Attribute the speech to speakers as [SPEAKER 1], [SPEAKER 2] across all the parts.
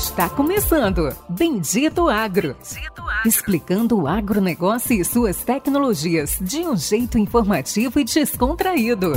[SPEAKER 1] Está começando Bendito Agro. Explicando o agronegócio e suas tecnologias de um jeito informativo e descontraído.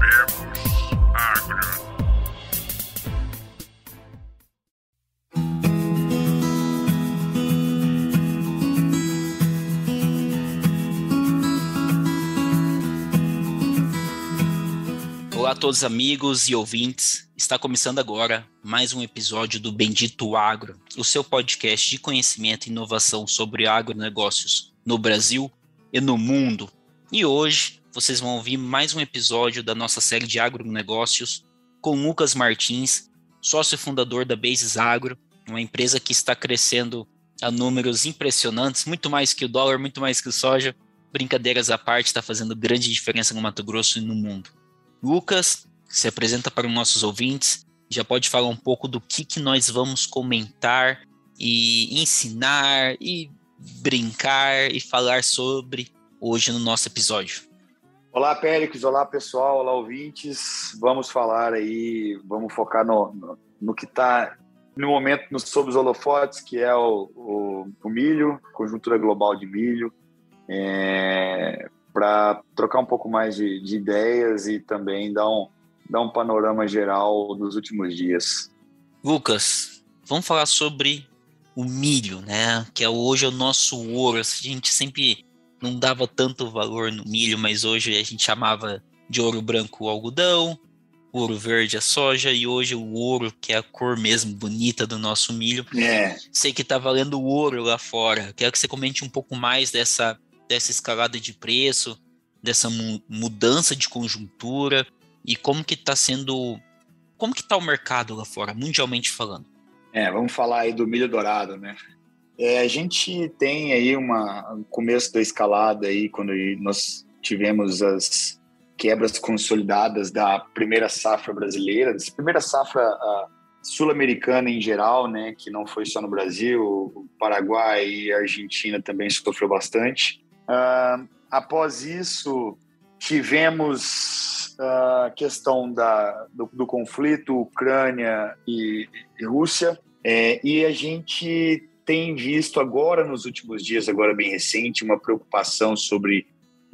[SPEAKER 2] Olá a todos amigos e ouvintes, está começando agora mais um episódio do Bendito Agro, o seu podcast de conhecimento e inovação sobre agronegócios no Brasil e no mundo. E hoje vocês vão ouvir mais um episódio da nossa série de agronegócios com Lucas Martins, sócio fundador da Bases Agro, uma empresa que está crescendo a números impressionantes, muito mais que o dólar, muito mais que o soja. Brincadeiras à parte, está fazendo grande diferença no Mato Grosso e no mundo. Lucas, se apresenta para os nossos ouvintes, já pode falar um pouco do que nós vamos comentar e ensinar e brincar e falar sobre hoje no nosso episódio.
[SPEAKER 3] Olá, Péricles, olá pessoal, olá ouvintes, vamos falar aí, vamos focar no que está no momento sob os holofotes, que é o milho, conjuntura global de milho, para trocar um pouco mais de ideias e também dar um panorama geral dos últimos dias.
[SPEAKER 2] Lucas, vamos falar sobre o milho, né? Que hoje é o nosso ouro. A gente sempre não dava tanto valor no milho, mas hoje a gente chamava de ouro branco o algodão, ouro verde a soja, e hoje o ouro, que é a cor mesmo bonita do nosso milho. Sei que tá valendo ouro lá fora. Quero que você comente um pouco mais dessa escalada de preço, dessa mudança de conjuntura e como que está o mercado lá fora, mundialmente falando.
[SPEAKER 3] Vamos falar aí do milho dourado, né? A gente tem aí um começo da escalada aí, quando nós tivemos as quebras consolidadas da primeira safra brasileira, dessa primeira safra sul-americana em geral, né? Que não foi só no Brasil, o Paraguai e a Argentina também sofreu bastante. Após isso, tivemos a questão do conflito Ucrânia e Rússia, e a gente tem visto agora, nos últimos dias, agora bem recente, uma preocupação sobre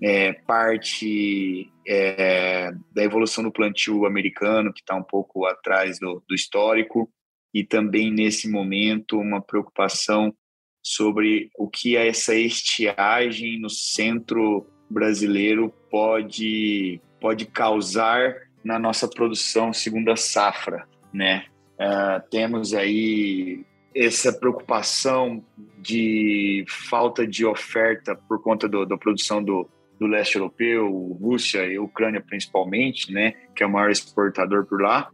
[SPEAKER 3] parte da evolução do plantio americano, que está um pouco atrás do histórico, e também, nesse momento, uma preocupação sobre o que essa estiagem no centro brasileiro pode causar na nossa produção segunda safra, né? Temos aí essa preocupação de falta de oferta por conta da produção do leste europeu, Rússia e Ucrânia principalmente, né? Que é o maior exportador por lá.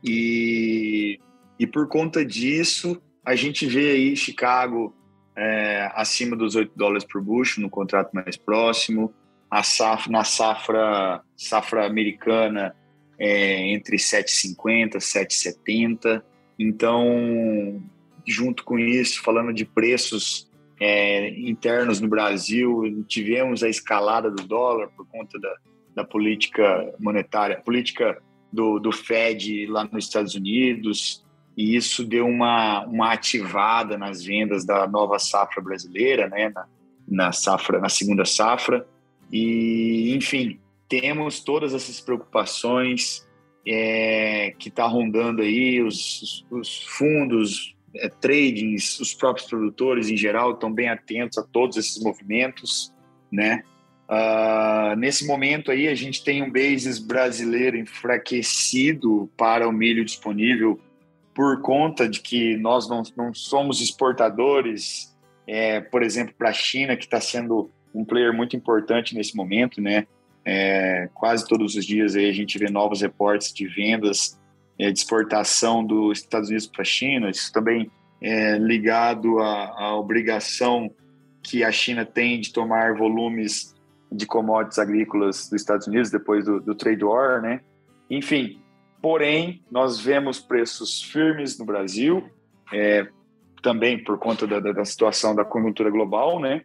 [SPEAKER 3] E por conta disso, a gente vê aí Chicago acima dos $8 por bushel no contrato mais próximo, na safra americana entre 7,50 e 7,70. Então, junto com isso, falando de preços internos no Brasil, tivemos a escalada do dólar por conta da política monetária, política do Fed lá nos Estados Unidos, e isso deu uma ativada nas vendas da nova safra brasileira, né, na segunda safra. E, enfim, temos todas essas preocupações que está rondando aí, os fundos, tradings, os próprios produtores em geral estão bem atentos a todos esses movimentos, né? Nesse momento aí a gente tem um basis brasileiro enfraquecido para o milho disponível por conta de que nós não somos exportadores, por exemplo, para a China, que está sendo um player muito importante nesse momento, né? Quase todos os dias aí a gente vê novos reportes de vendas de exportação dos Estados Unidos para a China. Isso também é ligado à obrigação que a China tem de tomar volumes de commodities agrícolas dos Estados Unidos depois do trade war, né? Enfim, porém, nós vemos preços firmes no Brasil, também por conta da situação da conjuntura global, né?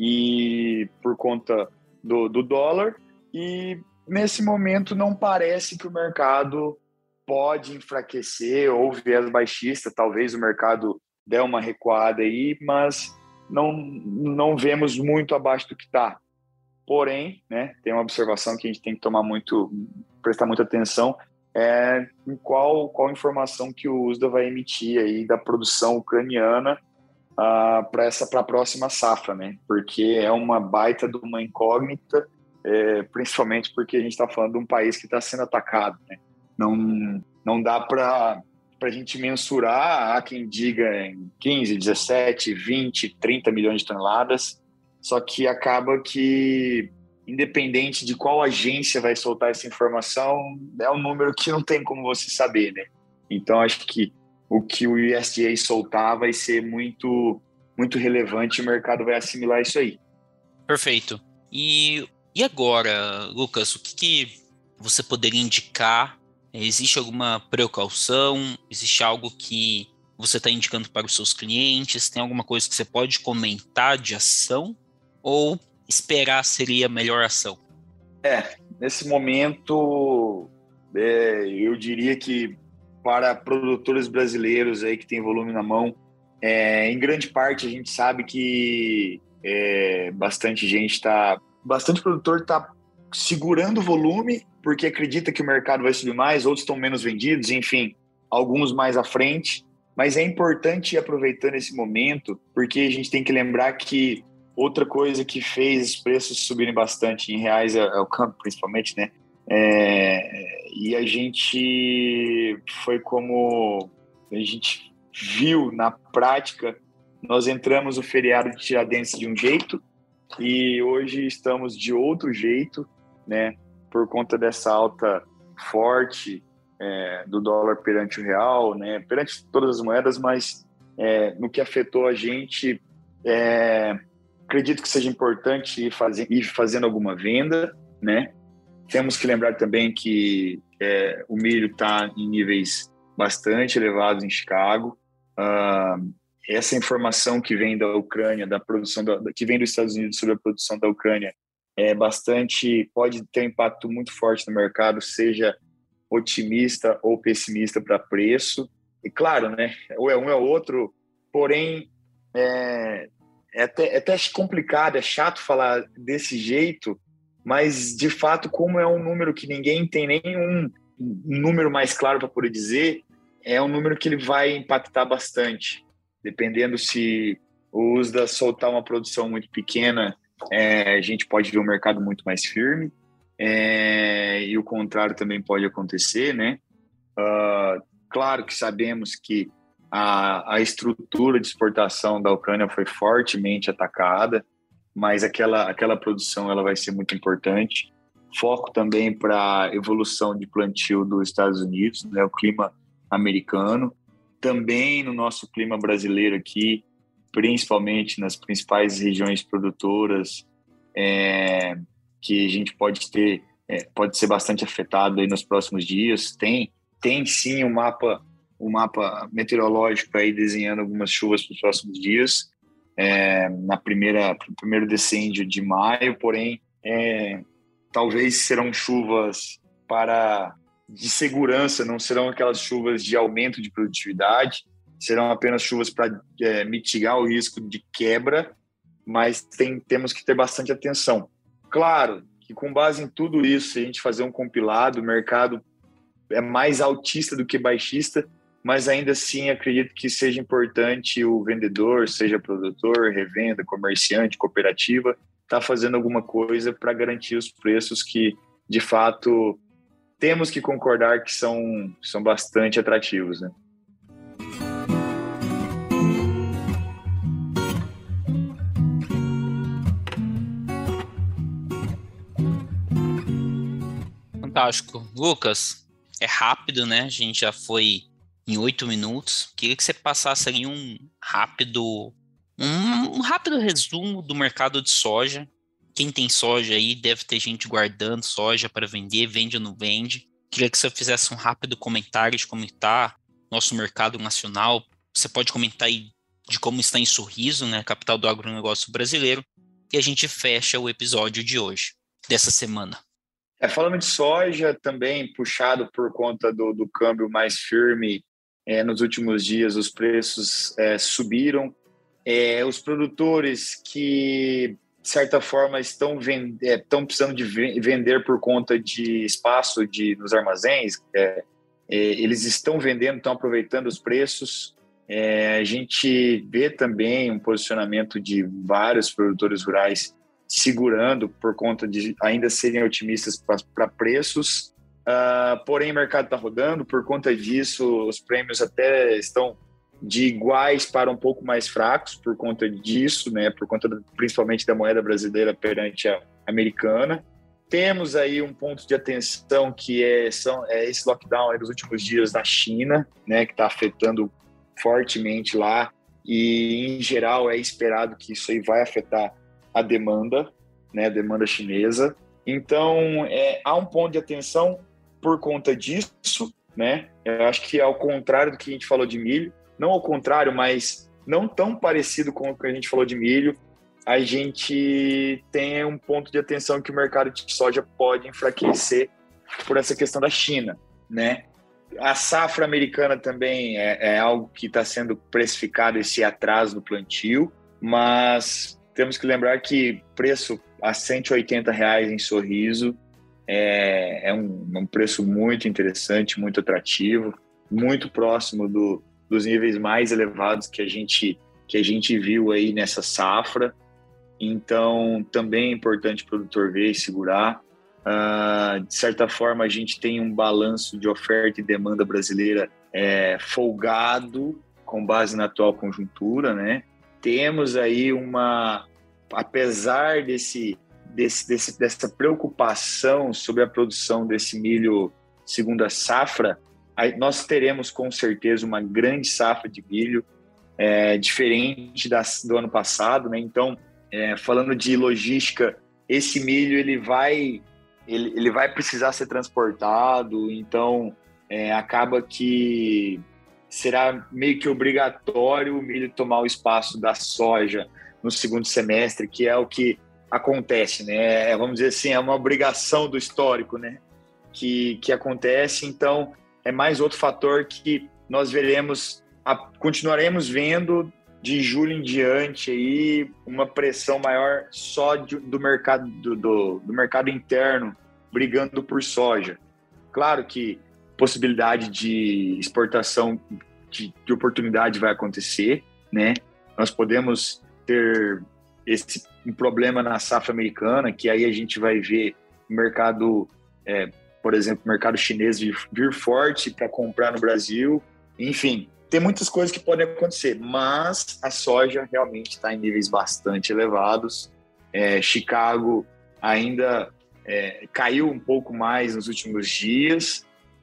[SPEAKER 3] E por conta do dólar. E nesse momento não parece que o mercado pode enfraquecer ou viés baixista, talvez o mercado dê uma recuada aí, mas não vemos muito abaixo do que está. Porém, né, tem uma observação que a gente tem que prestar muita atenção, em qual informação que o USDA vai emitir aí da produção ucraniana para a próxima safra, né? Porque é uma baita de uma incógnita, principalmente porque a gente está falando de um país que está sendo atacado, né? Não dá para a gente mensurar, há quem diga em 15, 17, 20, 30 milhões de toneladas, só que acaba que, independente de qual agência vai soltar essa informação, é um número que não tem como você saber, né? Então, acho que o que o USDA soltar vai ser muito, muito relevante e o mercado vai assimilar isso aí.
[SPEAKER 2] Perfeito. E agora, Lucas, o que você poderia indicar? Existe alguma precaução? Existe algo que você está indicando para os seus clientes? Tem alguma coisa que você pode comentar de ação? Ou esperar seria a melhor ação?
[SPEAKER 3] Nesse momento, eu diria que para produtores brasileiros aí que tem volume na mão, em grande parte a gente sabe que bastante produtor está segurando o volume porque acredita que o mercado vai subir mais, outros estão menos vendidos, enfim, alguns mais à frente. Mas é importante ir aproveitando esse momento, porque a gente tem que lembrar que outra coisa que fez os preços subirem bastante em reais é o câmbio, principalmente, né? E a gente foi como a gente viu na prática, nós entramos no feriado de Tiradentes de um jeito e hoje estamos de outro jeito, né? Por conta dessa alta forte do dólar perante o real, né? Perante todas as moedas, mas no que afetou a gente, acredito que seja importante ir fazendo alguma venda, né? Temos que lembrar também que o milho está em níveis bastante elevados em Chicago. Essa informação que vem da Ucrânia, da produção que vem dos Estados Unidos sobre a produção da Ucrânia, pode ter um impacto muito forte no mercado, seja otimista ou pessimista para preço. E claro, né? Ou é um ou outro, porém é até complicado, é chato falar desse jeito, mas de fato, como é um número que ninguém tem nenhum número mais claro para poder dizer, é um número que ele vai impactar bastante, dependendo se o USDA soltar uma produção muito pequena, a gente pode ver um mercado muito mais firme, e o contrário também pode acontecer, né? Claro que sabemos que a estrutura de exportação da Ucrânia foi fortemente atacada, mas aquela produção ela vai ser muito importante. Foco também para a evolução de plantio dos Estados Unidos, né, o clima americano, também no nosso clima brasileiro aqui, principalmente nas principais regiões produtoras, que a gente pode ser bastante afetado aí nos próximos dias. Tem sim um mapa meteorológico aí desenhando algumas chuvas para os próximos dias, no primeiro decêndio de maio, porém talvez serão chuvas de segurança, não serão aquelas chuvas de aumento de produtividade, serão apenas chuvas para mitigar o risco de quebra, mas temos que ter bastante atenção. Claro que com base em tudo isso, se a gente fazer um compilado, o mercado é mais altista do que baixista, mas ainda assim acredito que seja importante o vendedor, seja produtor, revenda, comerciante, cooperativa, estar fazendo alguma coisa para garantir os preços que, de fato, temos que concordar que são bastante atrativos, né?
[SPEAKER 2] Fantástico. Lucas, é rápido, né? A gente já foi em 8 minutos. Queria que você passasse ali um rápido resumo do mercado de soja. Quem tem soja aí deve ter gente guardando soja para vender, vende ou não vende. Queria que você fizesse um rápido comentário de como está nosso mercado nacional. Você pode comentar aí de como está em Sorriso, né, capital do agronegócio brasileiro. E a gente fecha o episódio de hoje, dessa semana.
[SPEAKER 3] Falando de soja, também puxado por conta do câmbio mais firme, nos últimos dias os preços subiram. Os produtores que, de certa forma, estão precisando de vender por conta de espaço nos armazéns, eles estão vendendo, estão aproveitando os preços. A gente vê também um posicionamento de vários produtores rurais segurando por conta de ainda serem otimistas para preços. Porém, o mercado está rodando. Por conta disso, os prêmios até estão de iguais para um pouco mais fracos por conta disso, né? Por conta principalmente da moeda brasileira perante a americana. Temos aí um ponto de atenção que é esse lockdown aí dos últimos dias na China, né? Que está afetando fortemente lá, e em geral é esperado que isso aí vai afetar a demanda, né, a demanda chinesa. Então, há um ponto de atenção por conta disso, né? Eu acho que ao contrário do que a gente falou de milho, não ao contrário, mas não tão parecido com o que a gente falou de milho, a gente tem um ponto de atenção que o mercado de soja pode enfraquecer por essa questão da China, né? A safra americana também é algo que está sendo precificado, esse atraso no plantio, mas temos que lembrar que preço a R$180 em Sorriso é um preço muito interessante, muito atrativo, muito próximo dos níveis mais elevados que a gente viu aí nessa safra. Então, também é importante o produtor ver e segurar. De certa forma, a gente tem um balanço de oferta e demanda brasileira folgado, com base na atual conjuntura, né? Temos aí apesar dessa preocupação sobre a produção desse milho segunda safra, nós teremos com certeza uma grande safra de milho, diferente do ano passado, né? Então, falando de logística, esse milho ele vai precisar ser transportado, então acaba que será meio que obrigatório o milho tomar o espaço da soja no segundo semestre, que é o que acontece, né? Vamos dizer assim, é uma obrigação do histórico, né? Que acontece. Então, é mais outro fator que nós continuaremos vendo de julho em diante aí uma pressão maior só do mercado do mercado interno brigando por soja. Claro que possibilidade de exportação de oportunidade vai acontecer, né? Nós podemos ter um problema na safra americana, que aí a gente vai ver o mercado, por exemplo, o mercado chinês vir forte para comprar no Brasil. Enfim, tem muitas coisas que podem acontecer, mas a soja realmente está em níveis bastante elevados. Chicago ainda caiu um pouco mais nos últimos dias,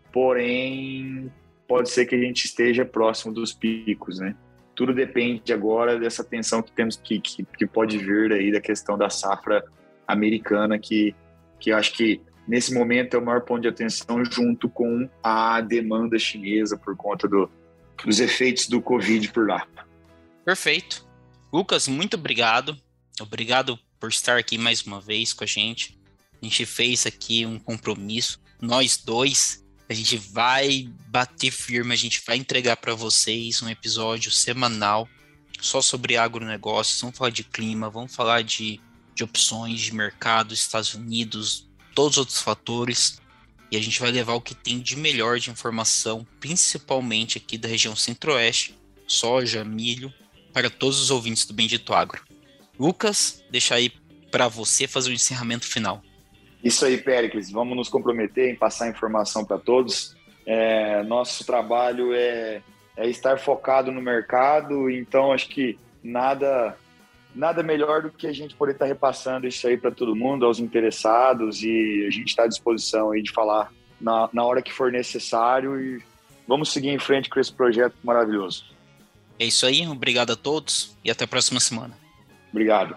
[SPEAKER 3] porém pode ser que a gente esteja próximo dos picos, né? Tudo depende agora dessa tensão que temos que pode vir aí da questão da safra americana, que eu acho que nesse momento é o maior ponto de atenção, junto com a demanda chinesa por conta dos efeitos do Covid por lá.
[SPEAKER 2] Perfeito. Lucas, muito obrigado. Obrigado por estar aqui mais uma vez com a gente. A gente fez aqui um compromisso, nós dois. A gente vai bater firme, a gente vai entregar para vocês um episódio semanal só sobre agronegócios. Vamos falar de clima, vamos falar de opções de mercado, Estados Unidos, todos os outros fatores. E a gente vai levar o que tem de melhor de informação, principalmente aqui da região centro-oeste, soja, milho, para todos os ouvintes do Bendito Agro. Lucas, deixa aí para você fazer o encerramento final.
[SPEAKER 3] Isso aí, Péricles. Vamos nos comprometer em passar informação para todos. Nosso trabalho é estar focado no mercado, então acho que nada melhor do que a gente poder estar repassando isso aí para todo mundo, aos interessados, e a gente está à disposição aí de falar na hora que for necessário, e vamos seguir em frente com esse projeto maravilhoso.
[SPEAKER 2] É isso aí, obrigado a todos e até a próxima semana.
[SPEAKER 3] Obrigado.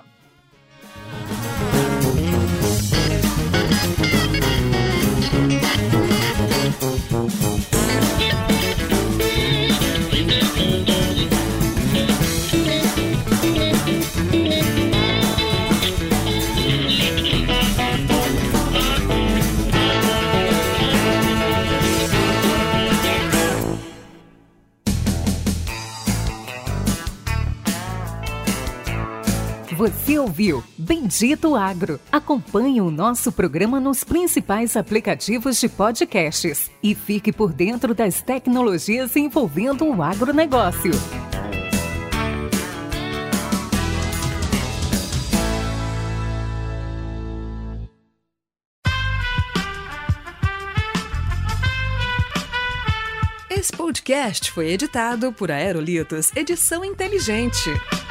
[SPEAKER 1] Você ouviu Bendito Agro. Acompanhe o nosso programa nos principais aplicativos de podcasts e fique por dentro das tecnologias envolvendo o agronegócio.
[SPEAKER 4] Esse podcast foi editado por Aerolitos Edição Inteligente.